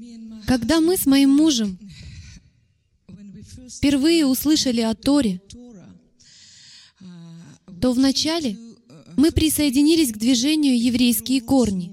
Когда мы с моим мужем впервые услышали о Торе, то вначале мы присоединились к движению «Еврейские корни».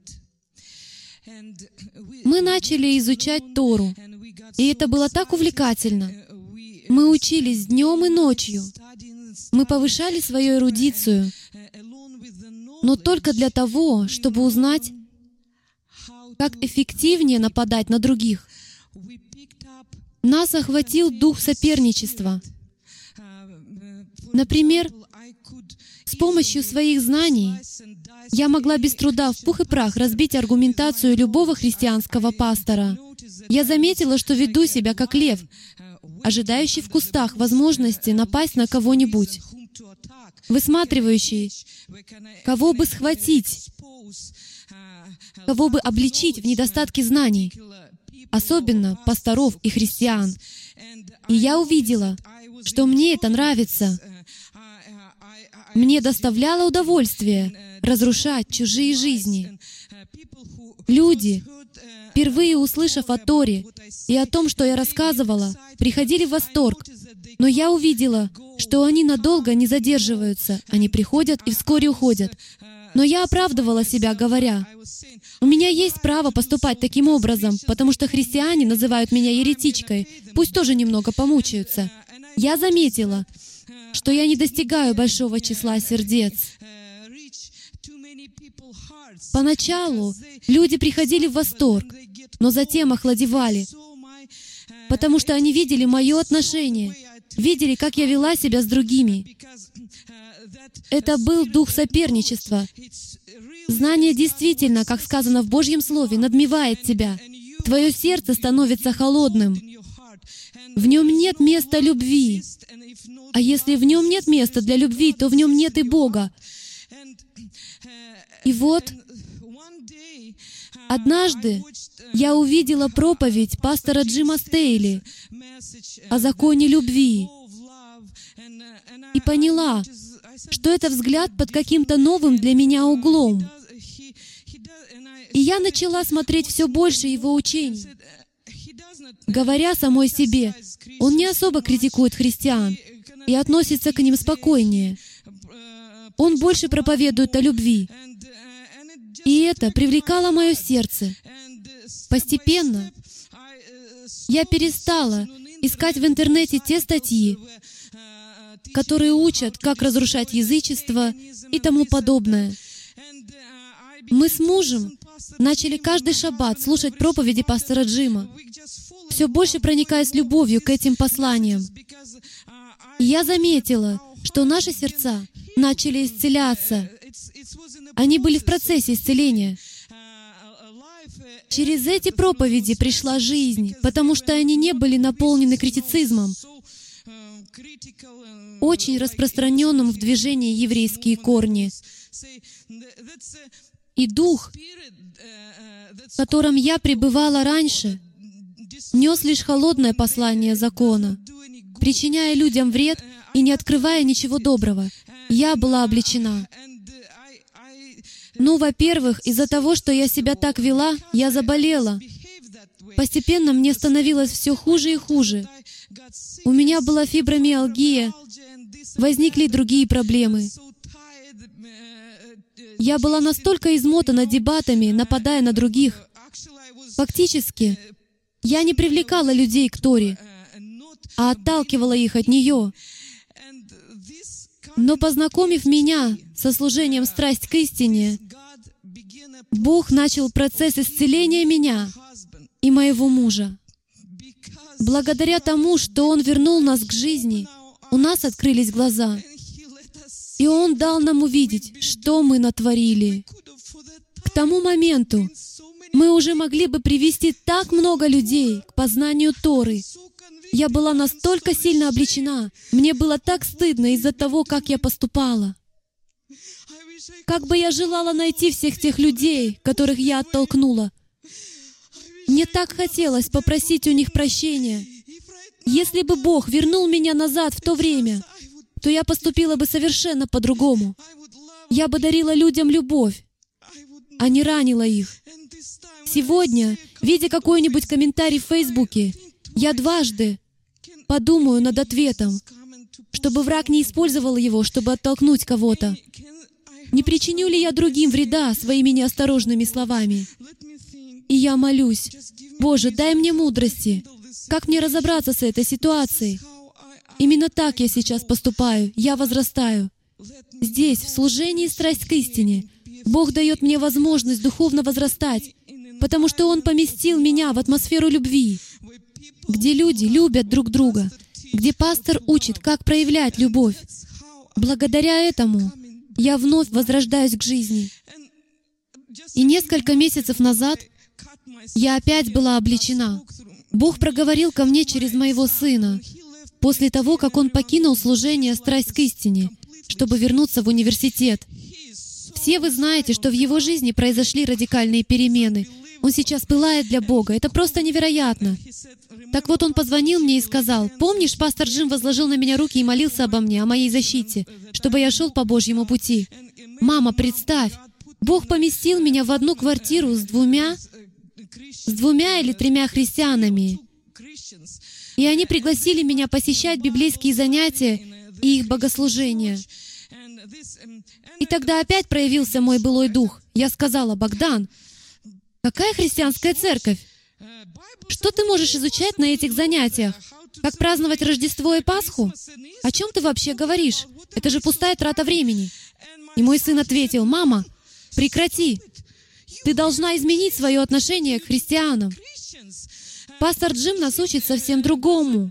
Мы начали изучать Тору, и это было так увлекательно. Мы учились днем и ночью. Мы повышали свою эрудицию, но только для того, чтобы узнать, как эффективнее нападать на других. Нас охватил дух соперничества. Например, с помощью своих знаний я могла без труда в пух и прах разбить аргументацию любого христианского пастора. Я заметила, что веду себя как лев, ожидающий в кустах возможности напасть на кого-нибудь, высматривающий, кого бы схватить, кого бы обличить в недостатке знаний, особенно пасторов и христиан. И я увидела, что мне это нравится. Мне доставляло удовольствие разрушать чужие жизни. Люди, впервые услышав о Торе и о том, что я рассказывала, приходили в восторг. Но я увидела, что они надолго не задерживаются. Они приходят и вскоре уходят. Но я оправдывала себя, говоря, «У меня есть право поступать таким образом, потому что христиане называют меня еретичкой. Пусть тоже немного помучаются». Я заметила, что я не достигаю большого числа сердец. Поначалу люди приходили в восторг, но затем охладевали, потому что они видели мое отношение, видели, как я вела себя с другими. Это был дух соперничества. Знание действительно, как сказано в Божьем Слове, надмевает тебя. Твое сердце становится холодным. В нем нет места любви. А если в нем нет места для любви, то в нем нет и Бога. И вот, однажды я увидела проповедь пастора Джима Стейли о законе любви и поняла, что это взгляд под каким-то новым для меня углом. И я начала смотреть все больше его учений, говоря самой себе, он не особо критикует христиан и относится к ним спокойнее. Он больше проповедует о любви. И это привлекало мое сердце. Постепенно я перестала искать в интернете те статьи, которые учат, как разрушать язычество и тому подобное. Мы с мужем начали каждый шаббат слушать проповеди пастора Джима, все больше проникаясь любовью к этим посланиям. И я заметила, что наши сердца начали исцеляться. Они были в процессе исцеления. Через эти проповеди пришла жизнь, потому что они не были наполнены критицизмом, очень распространенным в движении «Еврейские корни». И дух, в котором я пребывала раньше, нес лишь холодное послание закона, причиняя людям вред и не открывая ничего доброго. Я была облечена. Во-первых, из-за того, что я себя так вела, я заболела. Постепенно мне становилось все хуже и хуже. У меня была фибромиалгия, возникли другие проблемы. Я была настолько измотана дебатами, нападая на других. Фактически, я не привлекала людей к Торе, а отталкивала их от нее. Но познакомив меня со служением «Страсть к истине», Бог начал процесс исцеления меня и моего мужа. Благодаря тому, что Он вернул нас к жизни, у нас открылись глаза, и Он дал нам увидеть, что мы натворили. К тому моменту мы уже могли бы привести так много людей к познанию Торы. Я была настолько сильно облечена, мне было так стыдно из-за того, как я поступала. Как бы я желала найти всех тех людей, которых я оттолкнула. Мне так хотелось попросить у них прощения. Если бы Бог вернул меня назад в то время, то я поступила бы совершенно по-другому. Я бы дарила людям любовь, а не ранила их. Сегодня, видя какой-нибудь комментарий в Фейсбуке, я дважды подумаю над ответом, чтобы враг не использовал его, чтобы оттолкнуть кого-то. Не причиню ли я другим вреда своими неосторожными словами? И я молюсь: Боже, дай мне мудрости. Как мне разобраться с этой ситуацией? Именно так я сейчас поступаю. Я возрастаю. Здесь, в служении «Страсть к истине», Бог дает мне возможность духовно возрастать, потому что Он поместил меня в атмосферу любви, где люди любят друг друга, где пастор учит, как проявлять любовь. Благодаря этому я вновь возрождаюсь к жизни. И несколько месяцев назад я опять была обличена. Бог проговорил ко мне через моего сына, после того, как он покинул служение «Страсть к истине», чтобы вернуться в университет. Все вы знаете, что в его жизни произошли радикальные перемены. Он сейчас пылает для Бога. Это просто невероятно. Так вот, он позвонил мне и сказал: «Помнишь, пастор Джим возложил на меня руки и молился обо мне, о моей защите, чтобы я шел по Божьему пути?» Мама, представь, Бог поместил меня в одну квартиру с двумя или тремя христианами. И они пригласили меня посещать библейские занятия и их богослужения. И тогда опять проявился мой былой дух. Я сказала: «Богдан, какая христианская церковь? Что ты можешь изучать на этих занятиях? Как праздновать Рождество и Пасху? О чем ты вообще говоришь? Это же пустая трата времени». И мой сын ответил: «Мама, прекрати. Ты должна изменить свое отношение к христианам. Пастор Джим нас учит совсем другому.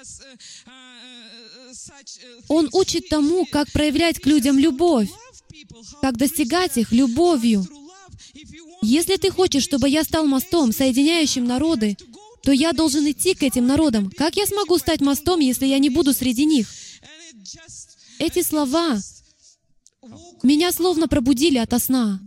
Он учит тому, как проявлять к людям любовь, как достигать их любовью. Если ты хочешь, чтобы я стал мостом, соединяющим народы, то я должен идти к этим народам. Как я смогу стать мостом, если я не буду среди них?» Эти слова меня словно пробудили ото сна.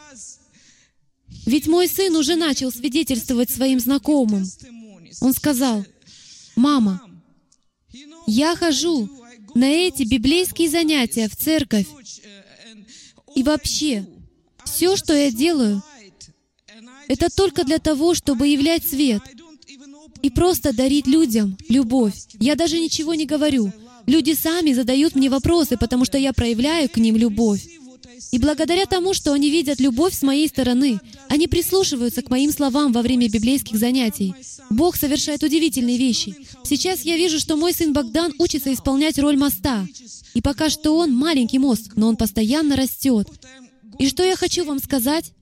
Ведь мой сын уже начал свидетельствовать своим знакомым. Он сказал: «Мама, я хожу на эти библейские занятия в церковь. И вообще, все, что я делаю, это только для того, чтобы являть свет и просто дарить людям любовь. Я даже ничего не говорю. Люди сами задают мне вопросы, потому что я проявляю к ним любовь. И благодаря тому, что они видят любовь с моей стороны, они прислушиваются к моим словам во время библейских занятий. Бог совершает удивительные вещи. Сейчас я вижу, что мой сын Богдан учится исполнять роль моста. И пока что он маленький мост, но он постоянно растет. И что я хочу вам сказать?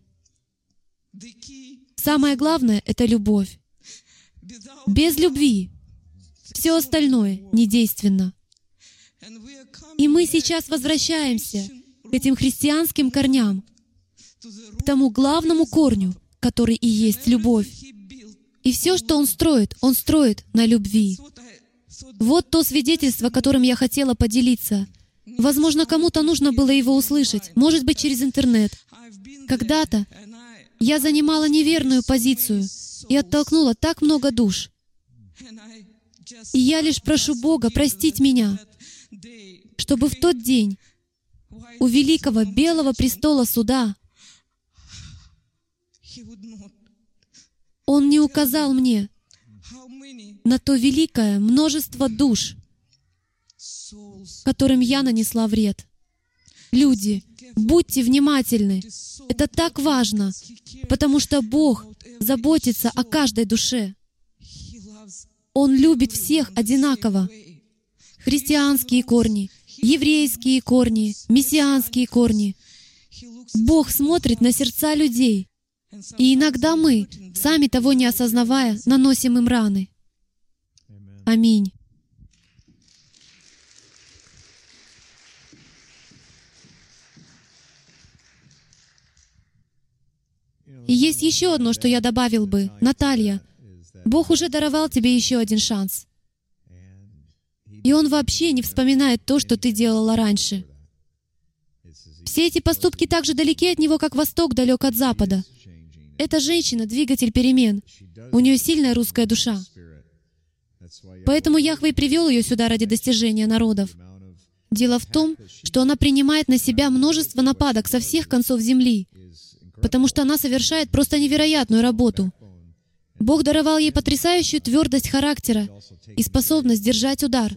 Самое главное — это любовь. Без любви все остальное недейственно. И мы сейчас возвращаемся к этим христианским корням, к тому главному корню, который и есть любовь. И все, что Он строит на любви. Вот то свидетельство, которым я хотела поделиться. Возможно, кому-то нужно было его услышать, может быть, через интернет. Когда-то я занимала неверную позицию и оттолкнула так много душ. И я лишь прошу Бога простить меня, чтобы в тот день у великого белого престола суда Он не указал мне на то великое множество душ, которым я нанесла вред. Люди, будьте внимательны. Это так важно, потому что Бог заботится о каждой душе. Он любит всех одинаково. Христианские корни, еврейские корни, мессианские корни. Бог смотрит на сердца людей. И иногда мы, сами того не осознавая, наносим им раны. Аминь. И есть еще одно, что я добавил бы. Наталья, Бог уже даровал тебе еще один шанс. И Он вообще не вспоминает то, что ты делала раньше. Все эти поступки так же далеки от Него, как Восток далек от Запада. Эта женщина — двигатель перемен. У нее сильная русская душа. Поэтому Яхве привел ее сюда ради достижения народов. Дело в том, что она принимает на себя множество нападок со всех концов земли. потому что она совершает просто невероятную работу. Бог даровал ей потрясающую твердость характера и способность держать удар.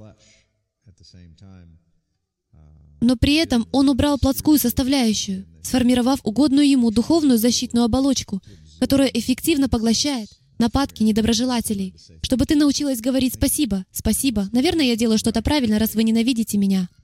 Но при этом Он убрал плотскую составляющую, сформировав угодную Ему духовную защитную оболочку, которая эффективно поглощает нападки недоброжелателей, чтобы ты научилась говорить «спасибо, спасибо, наверное, я делаю что-то правильно, раз вы ненавидите меня».